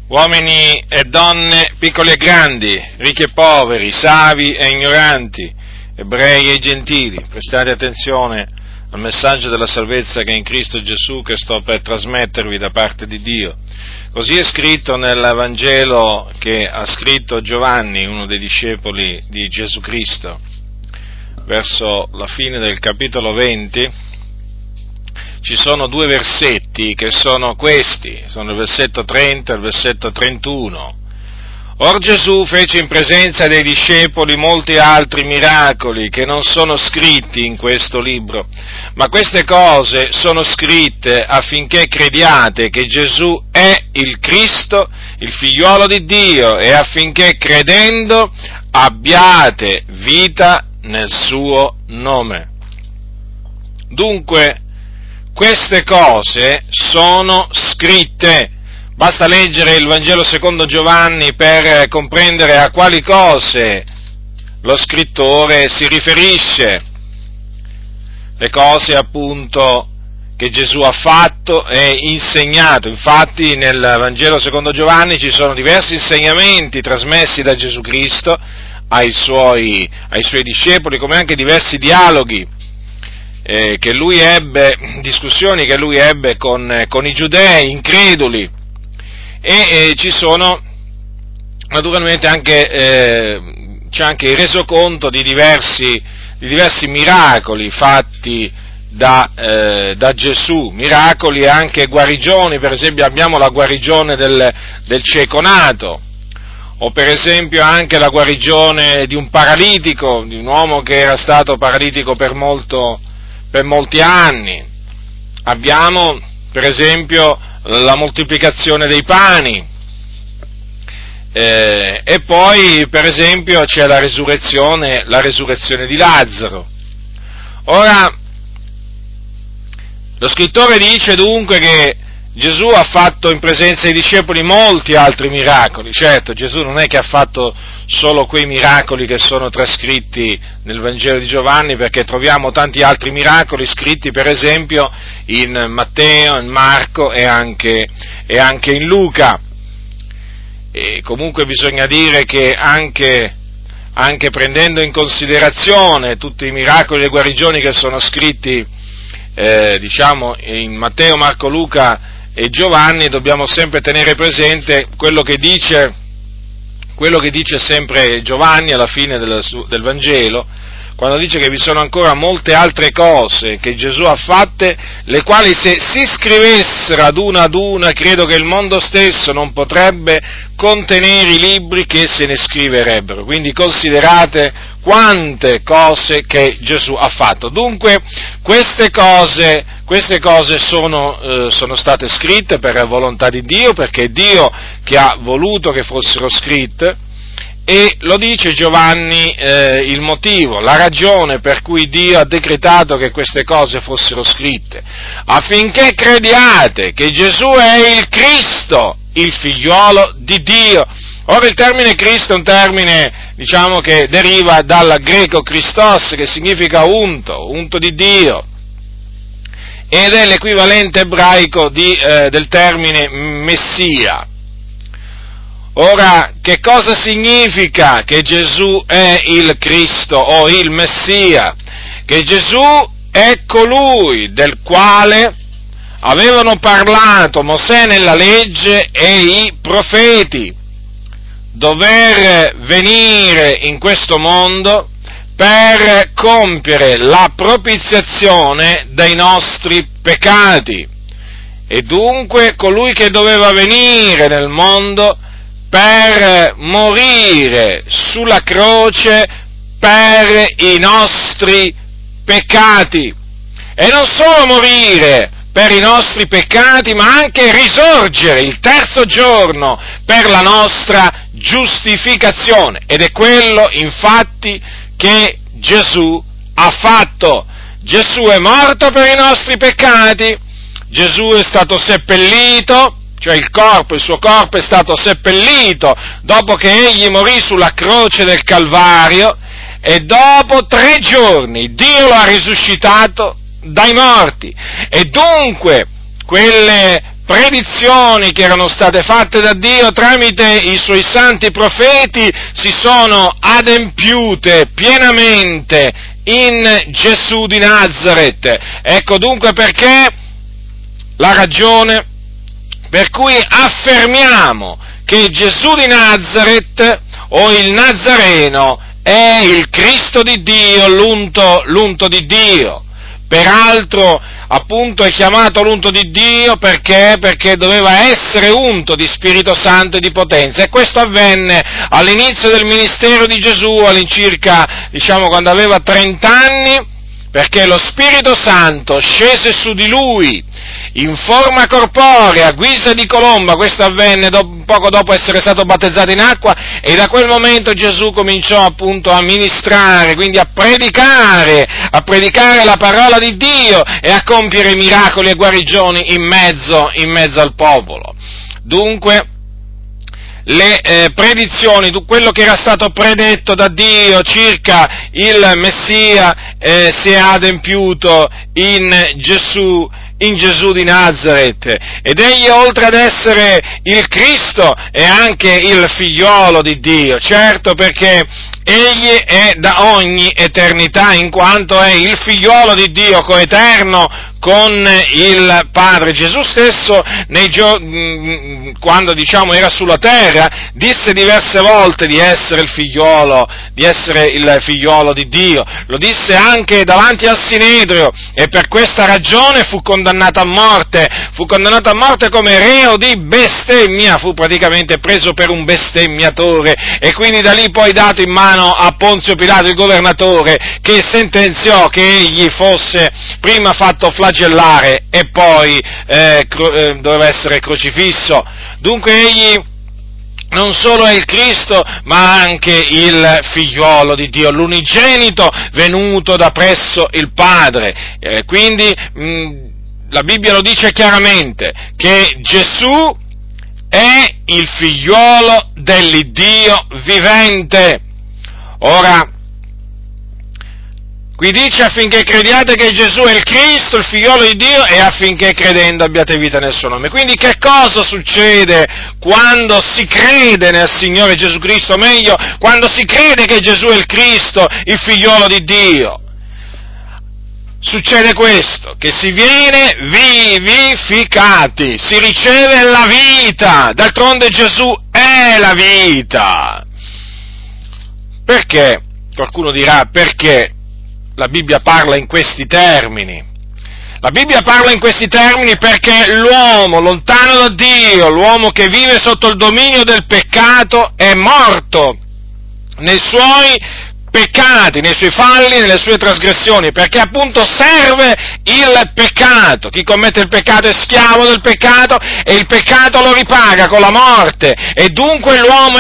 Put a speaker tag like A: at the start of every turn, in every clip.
A: uomini e donne, piccoli e grandi, ricchi e poveri, savi e ignoranti, ebrei e gentili, prestate attenzione al messaggio della salvezza che è in Cristo Gesù, che sto per trasmettervi da parte di Dio. Così è scritto nel Vangelo che ha scritto Giovanni, uno dei discepoli di Gesù Cristo, verso la fine del capitolo 20. Ci sono due versetti che sono questi, sono il versetto 30 e il versetto 31. Or Gesù fece in presenza dei discepoli molti altri miracoli che non sono scritti in questo libro, ma queste cose sono scritte affinché crediate che Gesù è il Cristo, il figliuolo di Dio, e affinché credendo abbiate vita nel suo nome. Dunque, queste cose sono scritte. Basta leggere il Vangelo secondo Giovanni per comprendere a quali cose lo scrittore si riferisce. Le cose appunto che Gesù ha fatto e insegnato. Infatti nel Vangelo secondo Giovanni ci sono diversi insegnamenti trasmessi da Gesù Cristo ai suoi discepoli, come anche diversi dialoghi che lui ebbe, discussioni che lui ebbe con i giudei increduli, e ci sono naturalmente anche c'è anche il resoconto di diversi miracoli fatti da Gesù, miracoli e anche guarigioni. Per esempio abbiamo la guarigione del cieco nato, o per esempio anche la guarigione di un paralitico, di un uomo che era stato paralitico per molti anni. Abbiamo, per esempio, la moltiplicazione dei pani, e poi, per esempio, c'è la resurrezione di Lazzaro. Ora, lo scrittore dice dunque che Gesù ha fatto in presenza dei discepoli molti altri miracoli. Certo, Gesù non è che ha fatto solo quei miracoli che sono trascritti nel Vangelo di Giovanni, perché troviamo tanti altri miracoli scritti, per esempio, in Matteo, in Marco e anche in Luca. E comunque bisogna dire che anche prendendo in considerazione tutti i miracoli e le guarigioni che sono scritti, in Matteo, Marco, Luca e Giovanni, dobbiamo sempre tenere presente quello che dice sempre Giovanni alla fine del Vangelo, quando dice che vi sono ancora molte altre cose che Gesù ha fatte, le quali se si scrivessero ad una, credo che il mondo stesso non potrebbe contenere i libri che se ne scriverebbero. Quindi considerate quante cose che Gesù ha fatto. Dunque, queste cose sono state scritte per volontà di Dio, perché è Dio che ha voluto che fossero scritte, e lo dice Giovanni il motivo, la ragione per cui Dio ha decretato che queste cose fossero scritte, affinché crediate che Gesù è il Cristo, il figliuolo di Dio. Ora il termine Cristo è un termine, che deriva dal greco Christos, che significa unto di Dio, ed è l'equivalente ebraico del termine Messia. Ora, che cosa significa che Gesù è il Cristo o il Messia? Che Gesù è colui del quale avevano parlato Mosè nella legge e i profeti, dover venire in questo mondo per compiere la propiziazione dei nostri peccati, e dunque colui che doveva venire nel mondo per morire sulla croce per i nostri peccati, e non solo morire per i nostri peccati, ma anche risorgere il terzo giorno per la nostra giustificazione, ed è quello infatti che Gesù ha fatto. Gesù è morto per i nostri peccati, Gesù è stato seppellito, cioè il suo corpo è stato seppellito dopo che egli morì sulla croce del Calvario, e dopo 3 giorni Dio lo ha risuscitato dai morti, e dunque quelle predizioni che erano state fatte da Dio tramite i suoi santi profeti si sono adempiute pienamente in Gesù di Nazaret. Ecco dunque perché la ragione per cui affermiamo che Gesù di Nazaret o il Nazareno è il Cristo di Dio, l'unto di Dio. Peraltro, appunto, è chiamato l'unto di Dio perché doveva essere unto di Spirito Santo e di potenza, e questo avvenne all'inizio del ministero di Gesù, all'incirca, quando aveva 30 anni, perché lo Spirito Santo scese su di lui in forma corporea, a guisa di colomba. Questo avvenne poco dopo essere stato battezzato in acqua, e da quel momento Gesù cominciò appunto a ministrare, quindi a predicare la parola di Dio e a compiere miracoli e guarigioni in mezzo al popolo. Dunque, le predizioni, quello che era stato predetto da Dio circa il Messia si è adempiuto in Gesù di Nazaret, ed egli, oltre ad essere il Cristo, è anche il figliolo di Dio, certo, perché egli è da ogni eternità, in quanto è il figliolo di Dio coeterno con il Padre. Gesù stesso, quando era sulla terra, disse diverse volte di essere il figliolo di Dio. Lo disse anche davanti al Sinedrio, e per questa ragione fu condannato a morte come reo di bestemmia, fu praticamente preso per un bestemmiatore, e quindi da lì poi dato in mano a Ponzio Pilato, il governatore, che sentenziò che egli fosse prima fatto flagellare e poi doveva essere crocifisso. Dunque egli non solo è il Cristo, ma anche il figliolo di Dio, l'unigenito venuto da presso il Padre. Quindi la Bibbia lo dice chiaramente, che Gesù è il figliolo dell'Iddio vivente. Ora, qui dice affinché crediate che Gesù è il Cristo, il figliolo di Dio, e affinché credendo abbiate vita nel suo nome. Quindi che cosa succede quando si crede nel Signore Gesù Cristo? O meglio, quando si crede che Gesù è il Cristo, il figliolo di Dio? Succede questo, che si viene vivificati, si riceve la vita. D'altronde Gesù è la vita. Perché? Qualcuno dirà, perché la Bibbia parla in questi termini? La Bibbia parla in questi termini perché l'uomo lontano da Dio, l'uomo che vive sotto il dominio del peccato, è morto nei suoi peccati, nei suoi falli, nelle sue trasgressioni, perché appunto serve il peccato. Chi commette il peccato è schiavo del peccato, e il peccato lo ripaga con la morte, e dunque l'uomo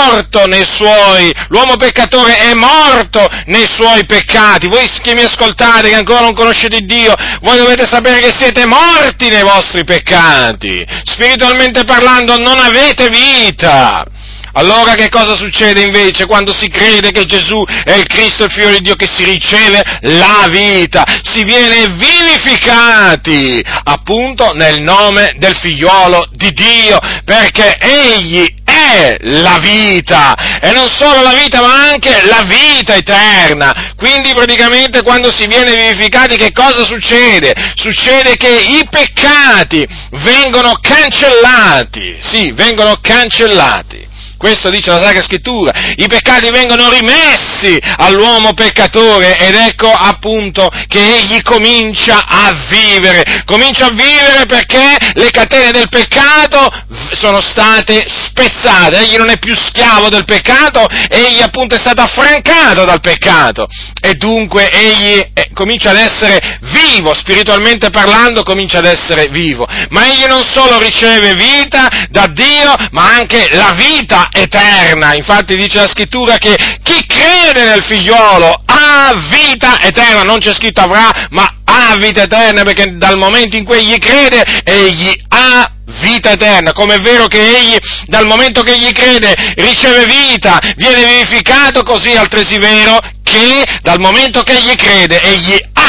A: peccatore è morto nei suoi peccati. Voi che mi ascoltate, che ancora non conoscete Dio, voi dovete sapere che siete morti nei vostri peccati, spiritualmente parlando non avete vita. Allora che cosa succede invece quando si crede che Gesù è il Cristo, il Figlio di Dio? Che si riceve la vita, si viene vivificati appunto nel nome del Figliolo di Dio, perché Egli è la vita, e non solo la vita ma anche la vita eterna. Quindi praticamente quando si viene vivificati che cosa succede? Succede che i peccati vengono cancellati, sì, vengono cancellati. Questo dice la Sacra Scrittura, i peccati vengono rimessi all'uomo peccatore, ed ecco appunto che egli comincia a vivere perché le catene del peccato sono state spezzate, egli non è più schiavo del peccato, egli appunto è stato affrancato dal peccato, e dunque egli comincia ad essere vivo, spiritualmente parlando comincia ad essere vivo, ma egli non solo riceve vita da Dio, ma anche la vita eterna. Infatti dice la Scrittura che chi crede nel Figliolo ha vita eterna, non c'è scritto avrà, ma ha vita eterna, perché dal momento in cui egli crede, egli ha vita eterna. Come è vero che egli, dal momento che egli crede, riceve vita, viene vivificato, così è altresì vero che dal momento che egli crede, egli ha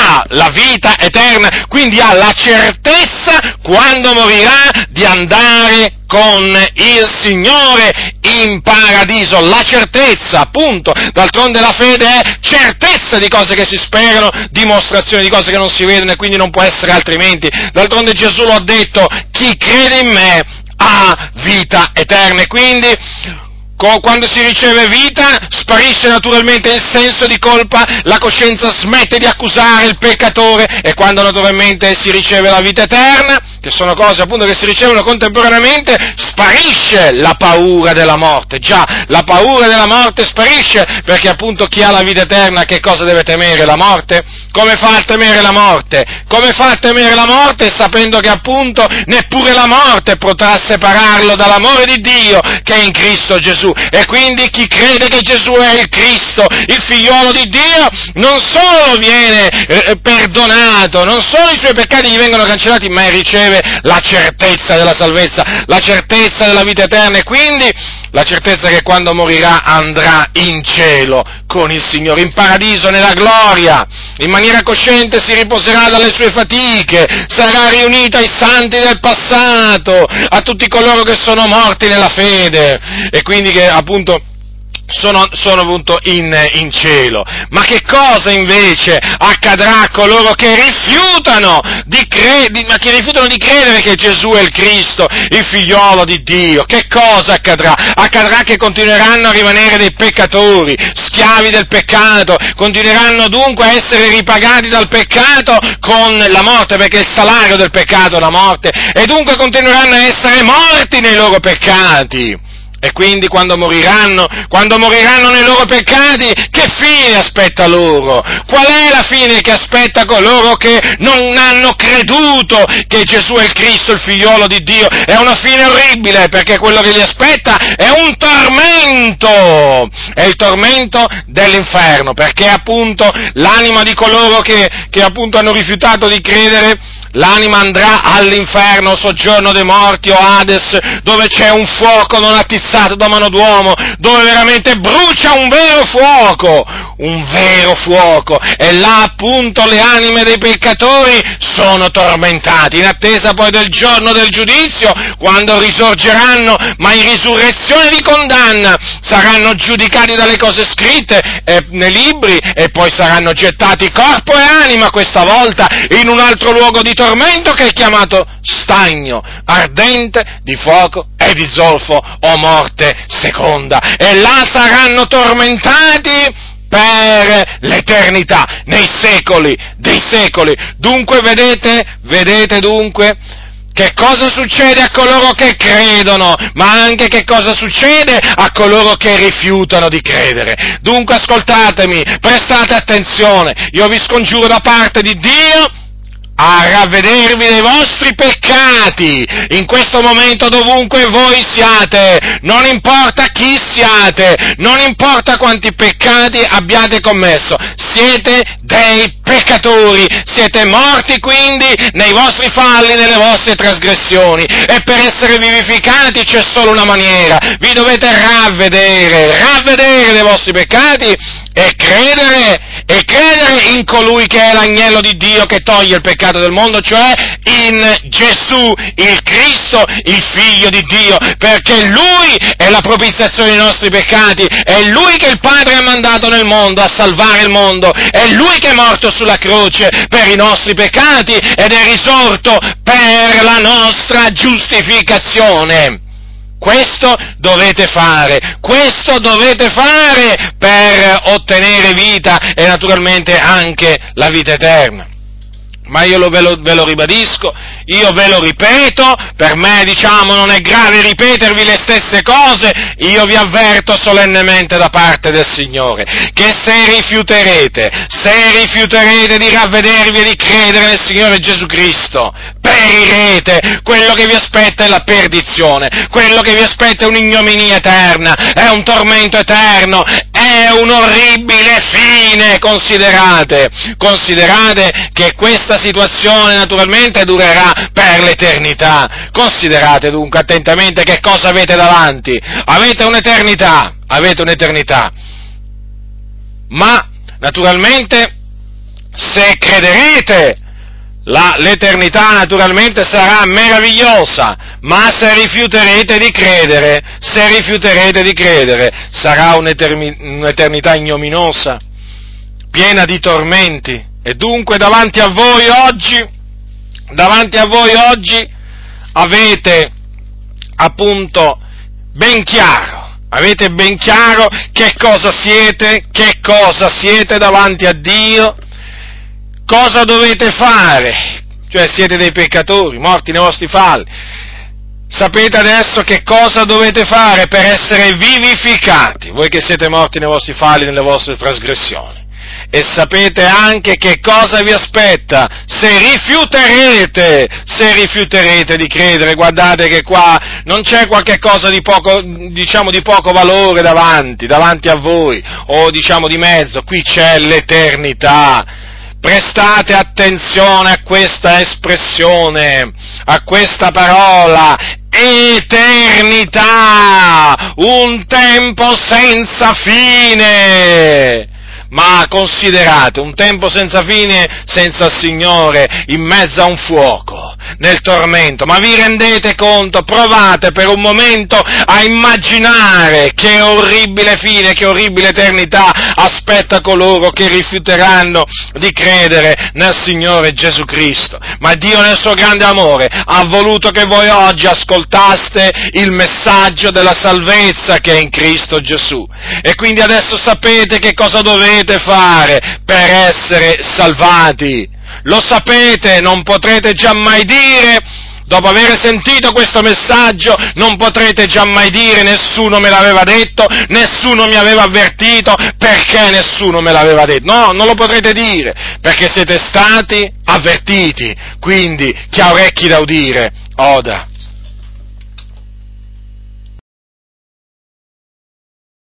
A: ha la vita eterna, quindi ha la certezza, quando morirà, di andare con il Signore in paradiso, la certezza, appunto. D'altronde la fede è certezza di cose che si sperano, dimostrazione di cose che non si vedono, e quindi non può essere altrimenti. D'altronde Gesù lo ha detto: chi crede in me ha vita eterna. E quindi quando si riceve vita, sparisce naturalmente il senso di colpa, la coscienza smette di accusare il peccatore, e quando naturalmente si riceve la vita eterna, che sono cose appunto che si ricevono contemporaneamente, sparisce la paura della morte. Già, la paura della morte sparisce, perché appunto chi ha la vita eterna che cosa deve temere? La morte? Come fa a temere la morte? Come fa a temere la morte sapendo che appunto neppure la morte potrà separarlo dall'amore di Dio che è in Cristo Gesù? E quindi chi crede che Gesù è il Cristo, il figliolo di Dio, non solo viene perdonato, non solo i suoi peccati gli vengono cancellati, ma riceve la certezza della salvezza, la certezza della vita eterna, e quindi la certezza che quando morirà andrà in cielo con il Signore, in paradiso, nella gloria, in maniera cosciente si riposerà dalle sue fatiche, sarà riunito ai santi del passato, a tutti coloro che sono morti nella fede, e quindi che appunto sono appunto in cielo. Ma che cosa invece accadrà a coloro che rifiutano di credere che Gesù è il Cristo, il figliolo di Dio? Che cosa accadrà? Accadrà che continueranno a rimanere dei peccatori, schiavi del peccato, continueranno dunque a essere ripagati dal peccato con la morte, perché il salario del peccato è la morte, e dunque continueranno a essere morti nei loro peccati. E quindi quando moriranno nei loro peccati, che fine aspetta loro? Qual è la fine che aspetta coloro che non hanno creduto che Gesù è il Cristo, il figliolo di Dio? È una fine orribile, perché quello che li aspetta è un tormento, è il tormento dell'inferno, perché appunto l'anima di coloro che appunto hanno rifiutato di credere, l'anima andrà all'inferno, soggiorno dei morti, o Hades, dove c'è un fuoco non attizzato da mano d'uomo, dove veramente brucia un vero fuoco, e là appunto le anime dei peccatori sono tormentate, in attesa poi del giorno del giudizio, quando risorgeranno, ma in risurrezione di condanna, saranno giudicati dalle cose scritte nei libri, e poi saranno gettati corpo e anima, questa volta in un altro luogo di tormento che è chiamato stagno ardente di fuoco e di zolfo, o morte seconda, e là saranno tormentati per l'eternità, nei secoli dei secoli. Dunque vedete dunque che cosa succede a coloro che credono, ma anche che cosa succede a coloro che rifiutano di credere. Dunque ascoltatemi, prestate attenzione, io vi scongiuro da parte di Dio a ravvedervi dei vostri peccati, in questo momento dovunque voi siate, non importa chi siate, non importa quanti peccati abbiate commesso, siete dei peccatori, siete morti quindi nei vostri falli, nelle vostre trasgressioni, e per essere vivificati c'è solo una maniera: vi dovete ravvedere dei vostri peccati e credere in colui che è l'agnello di Dio che toglie il peccato del mondo, cioè in Gesù, il Cristo, il Figlio di Dio, perché Lui è la propiziazione dei nostri peccati, è Lui che il Padre ha mandato nel mondo a salvare il mondo, è Lui che è morto sulla croce per i nostri peccati ed è risorto per la nostra giustificazione. Questo dovete fare per ottenere vita e naturalmente anche la vita eterna. Ma io ve lo ribadisco, io ve lo ripeto, per me non è grave ripetervi le stesse cose, io vi avverto solennemente da parte del Signore, che se rifiuterete di ravvedervi e di credere nel Signore Gesù Cristo, perirete. Quello che vi aspetta è la perdizione, quello che vi aspetta è un'ignominia eterna, è un tormento eterno, è un orribile fine. Considerate che questa situazione naturalmente durerà per l'eternità. Considerate dunque attentamente che cosa avete davanti. Avete un'eternità. Ma naturalmente Se crederete, l'eternità naturalmente sarà meravigliosa, ma se rifiuterete di credere, sarà un'eternità ignominiosa, piena di tormenti. E dunque davanti a voi oggi avete appunto ben chiaro che cosa siete davanti a Dio, cosa dovete fare, cioè siete dei peccatori, morti nei vostri falli. Sapete adesso che cosa dovete fare per essere vivificati, voi che siete morti nei vostri falli, nelle vostre trasgressioni. E sapete anche che cosa vi aspetta se rifiuterete di credere. Guardate che qua non c'è qualche cosa di poco valore davanti a voi, o di mezzo, qui c'è l'eternità. Prestate attenzione a questa espressione, a questa parola, eternità, un tempo senza fine. Ma considerate, un tempo senza fine, senza il Signore, in mezzo a un fuoco, nel tormento, ma vi rendete conto? Provate per un momento a immaginare che orribile fine, che orribile eternità aspetta coloro che rifiuteranno di credere nel Signore Gesù Cristo. Ma Dio nel suo grande amore ha voluto che voi oggi ascoltaste il messaggio della salvezza che è in Cristo Gesù. E quindi adesso sapete che cosa dovete fare per essere salvati. Lo sapete, non potrete giammai dire, dopo aver sentito questo messaggio, non potrete giammai dire nessuno me l'aveva detto, nessuno mi aveva avvertito, perché nessuno me l'aveva detto. No, non lo potrete dire, perché siete stati avvertiti. Quindi chi ha orecchi da udire, oda.